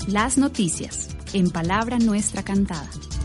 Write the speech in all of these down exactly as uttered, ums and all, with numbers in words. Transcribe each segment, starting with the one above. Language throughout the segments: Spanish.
Las noticias, en Palabra Nuestra Cantada.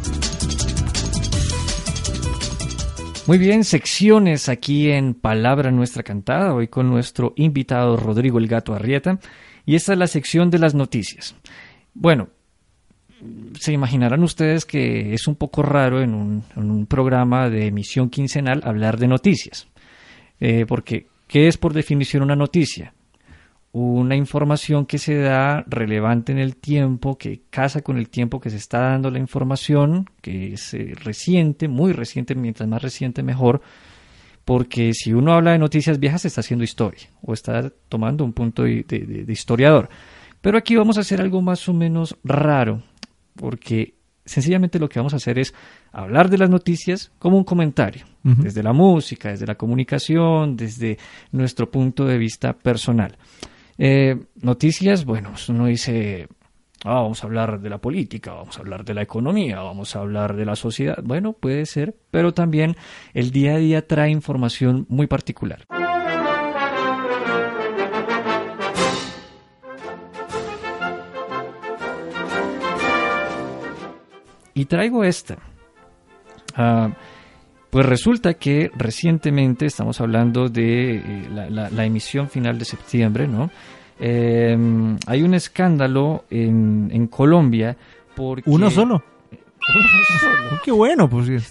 Muy bien, secciones aquí en Palabra Nuestra Cantada, hoy con nuestro invitado Rodrigo El Gato Arrieta, y esta es la sección de las noticias. Bueno, se imaginarán ustedes que es un poco raro en un, en un programa de emisión quincenal hablar de noticias, eh, porque ¿qué es por definición una noticia? Una información que se da relevante en el tiempo, que casa con el tiempo que se está dando la información, que es eh, reciente, muy reciente, mientras más reciente mejor, porque si uno habla de noticias viejas está haciendo historia o está tomando un punto de, de, de historiador. Pero aquí vamos a hacer algo más o menos raro, porque sencillamente lo que vamos a hacer es hablar de las noticias como un comentario, uh-huh. desde la música, desde la comunicación, desde nuestro punto de vista personal. Eh, noticias, bueno, uno dice, ah, vamos a hablar de la política, vamos a hablar de la economía, vamos a hablar de la sociedad. Bueno, puede ser, pero también el día a día trae información muy particular. Y traigo esta. Uh, pues resulta que recientemente, estamos hablando de eh, la, la, la emisión final de septiembre, ¿no? Eh, hay un escándalo en, en Colombia porque... ¿Uno solo? Uno solo. ¡Qué bueno! Pues.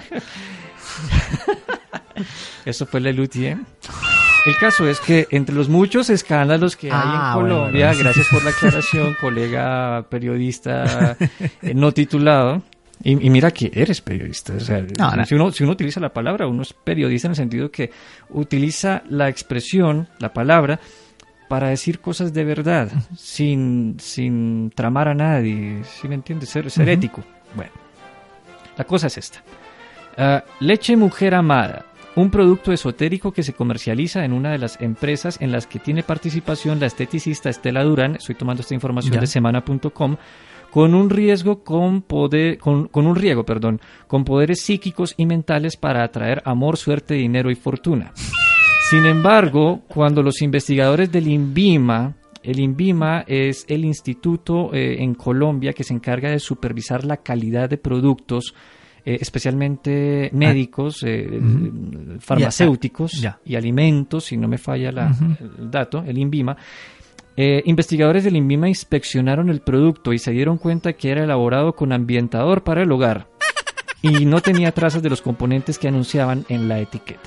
Eso fue Lelutier. El caso es que entre los muchos escándalos que ah, hay en Colombia, bueno, bueno. Gracias por la aclaración, colega periodista eh, no titulado, y, y mira que eres periodista, o sea, no, no. Si, uno, si uno utiliza la palabra, uno es periodista en el sentido que utiliza la expresión, la palabra, para decir cosas de verdad, uh-huh. sin, sin tramar a nadie, ¿sí me entiendes? Ser, ser uh-huh. ético. Bueno, la cosa es esta. Uh, leche Mujer Amada. Un producto esotérico que se comercializa en una de las empresas en las que tiene participación la esteticista Estela Durán, estoy tomando esta información ya. de semana punto com, con un riesgo con poder, con, con un riego, perdón, con poderes psíquicos y mentales para atraer amor, suerte, dinero y fortuna. Sin embargo, cuando los investigadores del INVIMA, el INVIMA es el instituto eh, en Colombia que se encarga de supervisar la calidad de productos, Eh, especialmente médicos, eh, uh-huh. farmacéuticos yeah. y alimentos, si no me falla la, uh-huh. el dato, el INVIMA. Eh, investigadores del INVIMA inspeccionaron el producto y se dieron cuenta que era elaborado con ambientador para el hogar y no tenía trazas de los componentes que anunciaban en la etiqueta.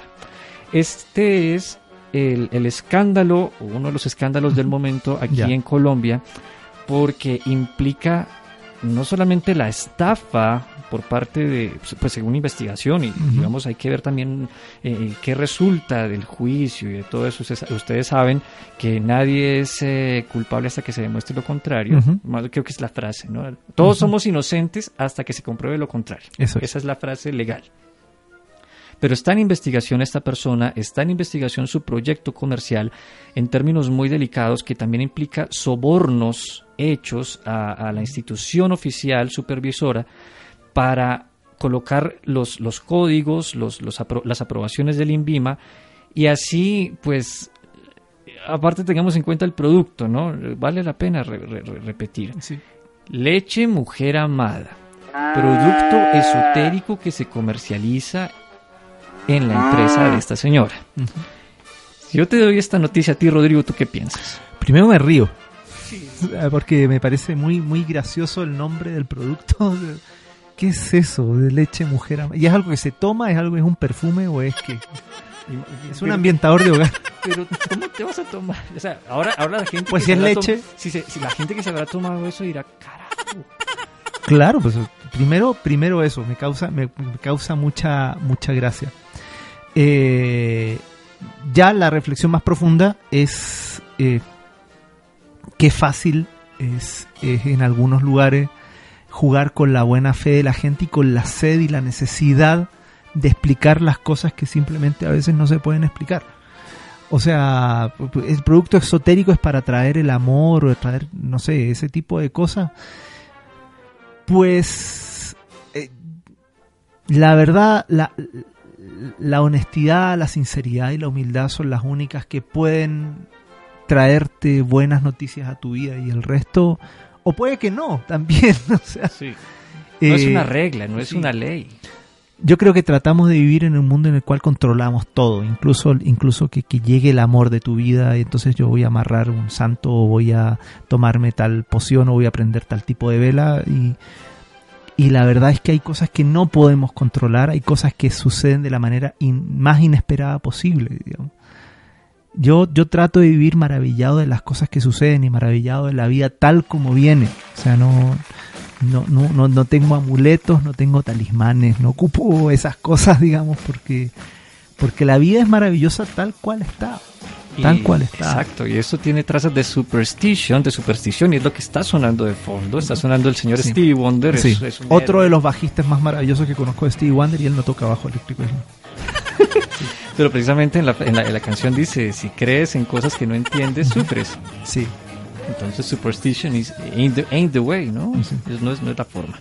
Este es el, el escándalo, uno de los escándalos del momento aquí yeah. en Colombia, porque implica no solamente la estafa por parte de, pues según investigación, y uh-huh. digamos hay que ver también eh, qué resulta del juicio y de todo eso. Ustedes, ustedes saben que nadie es eh, culpable hasta que se demuestre lo contrario. Uh-huh. Creo que es la frase, ¿no? Todos uh-huh. somos inocentes hasta que se compruebe lo contrario. Eso es. Esa es la frase legal. Pero está en investigación esta persona, está en investigación su proyecto comercial en términos muy delicados que también implica sobornos hechos a, a la institución oficial supervisora para colocar los, los códigos, los, los apro- las aprobaciones del INVIMA y así, pues, aparte tengamos en cuenta el producto, ¿no? Vale la pena re- re- repetir. Sí. Leche Mujer Amada, producto esotérico que se comercializa en la empresa de esta señora. Uh-huh. Si yo te doy esta noticia a ti, Rodrigo, ¿tú qué piensas? Primero me río, sí. porque me parece muy, muy gracioso el nombre del producto. ¿Qué es eso de leche mujer amada? ¿Y es algo que se toma? ¿Es algo, es un perfume o es que es un ambientador de hogar? Pero ¿cómo te vas a tomar? O sea, ahora, ahora la gente pues si es leche, tom- si, se, si la gente que se habrá tomado eso dirá, carajo. Claro, pues primero, primero eso me causa, me, me causa mucha, mucha gracia. Eh, ya la reflexión más profunda es eh, qué fácil es, es en algunos lugares jugar con la buena fe de la gente y con la sed y la necesidad de explicar las cosas que simplemente a veces no se pueden explicar. O sea, el producto esotérico es para traer el amor o traer, no sé, ese tipo de cosas. Pues eh, la verdad, la, la honestidad, la sinceridad y la humildad son las únicas que pueden traerte buenas noticias a tu vida, y el resto O puede que no, también. O sea, sí. No eh, es una regla, no es sí. una ley. Yo creo que tratamos de vivir en un mundo en el cual controlamos todo, incluso incluso que, que llegue el amor de tu vida, y entonces yo voy a amarrar un santo, o voy a tomarme tal poción, o voy a prender tal tipo de vela, y, y la verdad es que hay cosas que no podemos controlar, hay cosas que suceden de la manera in, más inesperada posible, digamos. Yo, yo trato de vivir maravillado de las cosas que suceden y maravillado de la vida tal como viene, o sea, no... No, no, no, no tengo amuletos, no tengo talismanes, no ocupo esas cosas, digamos, porque, porque la vida es maravillosa tal cual está. Tal y, cual está. Exacto, y eso tiene trazas de superstition, de superstición, y es lo que está sonando de fondo. Está sonando el señor sí. Stevie Wonder. Sí. Es, es un Otro héroe. de los bajistas más maravillosos que conozco es Stevie Wonder, y él no toca bajo eléctrico. Sí. Pero precisamente en la, en, la, en la canción dice, si crees en cosas que no entiendes, sufres. Sí. Entonces superstition is ain't the, ain't the way, ¿no? Sí. Es, no, es, no es la forma.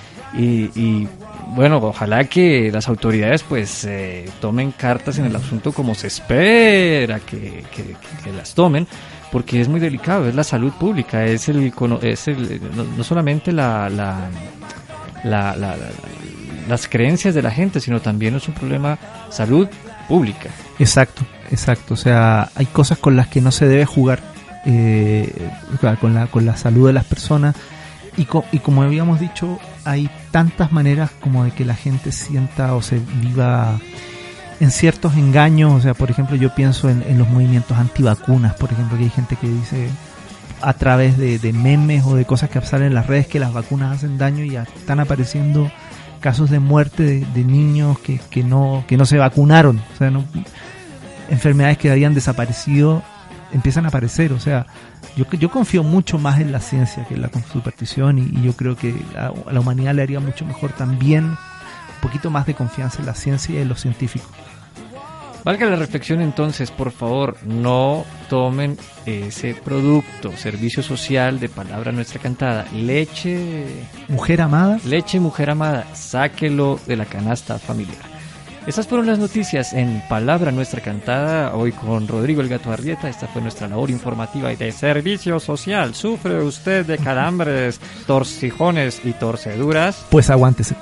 Y, y bueno, ojalá que las autoridades pues eh, tomen cartas en el asunto como se espera que, que, que las tomen, porque es muy delicado, es la salud pública, es el, es el no, no solamente la, la, la, la, la las creencias de la gente, sino también es un problema salud pública. Exacto, exacto. O sea, hay cosas con las que no se debe jugar. Eh, con la con la salud de las personas y, co- y como habíamos dicho, hay tantas maneras como de que la gente sienta o se viva en ciertos engaños. O sea, por ejemplo, yo pienso en, en los movimientos antivacunas, por ejemplo, que hay gente que dice a través de, de memes o de cosas que salen en las redes que las vacunas hacen daño, y ya están apareciendo casos de muerte de, de niños que, que no que no se vacunaron. O sea, no, enfermedades que habían desaparecido empiezan a aparecer. O sea, yo yo confío mucho más en la ciencia que en la superstición, y, y yo creo que a, a la humanidad le haría mucho mejor también un poquito más de confianza en la ciencia y en los científicos. Valga la reflexión entonces, por favor, no tomen ese producto, servicio social de Palabra Nuestra Cantada, leche... Mujer amada. Leche Mujer Amada, sáquelo de la canasta familiar. Esas fueron las noticias en Palabra Nuestra Cantada, hoy con Rodrigo el Gato Arrieta. Esta fue nuestra labor informativa y de servicio social. ¿Sufre usted de calambres, torcijones y torceduras? Pues aguántese.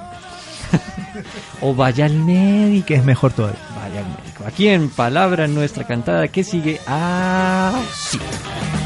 O vaya al médico. Que es mejor todavía. Vaya al médico. Aquí en Palabra Nuestra Cantada, ¿qué sigue? Ah, sí.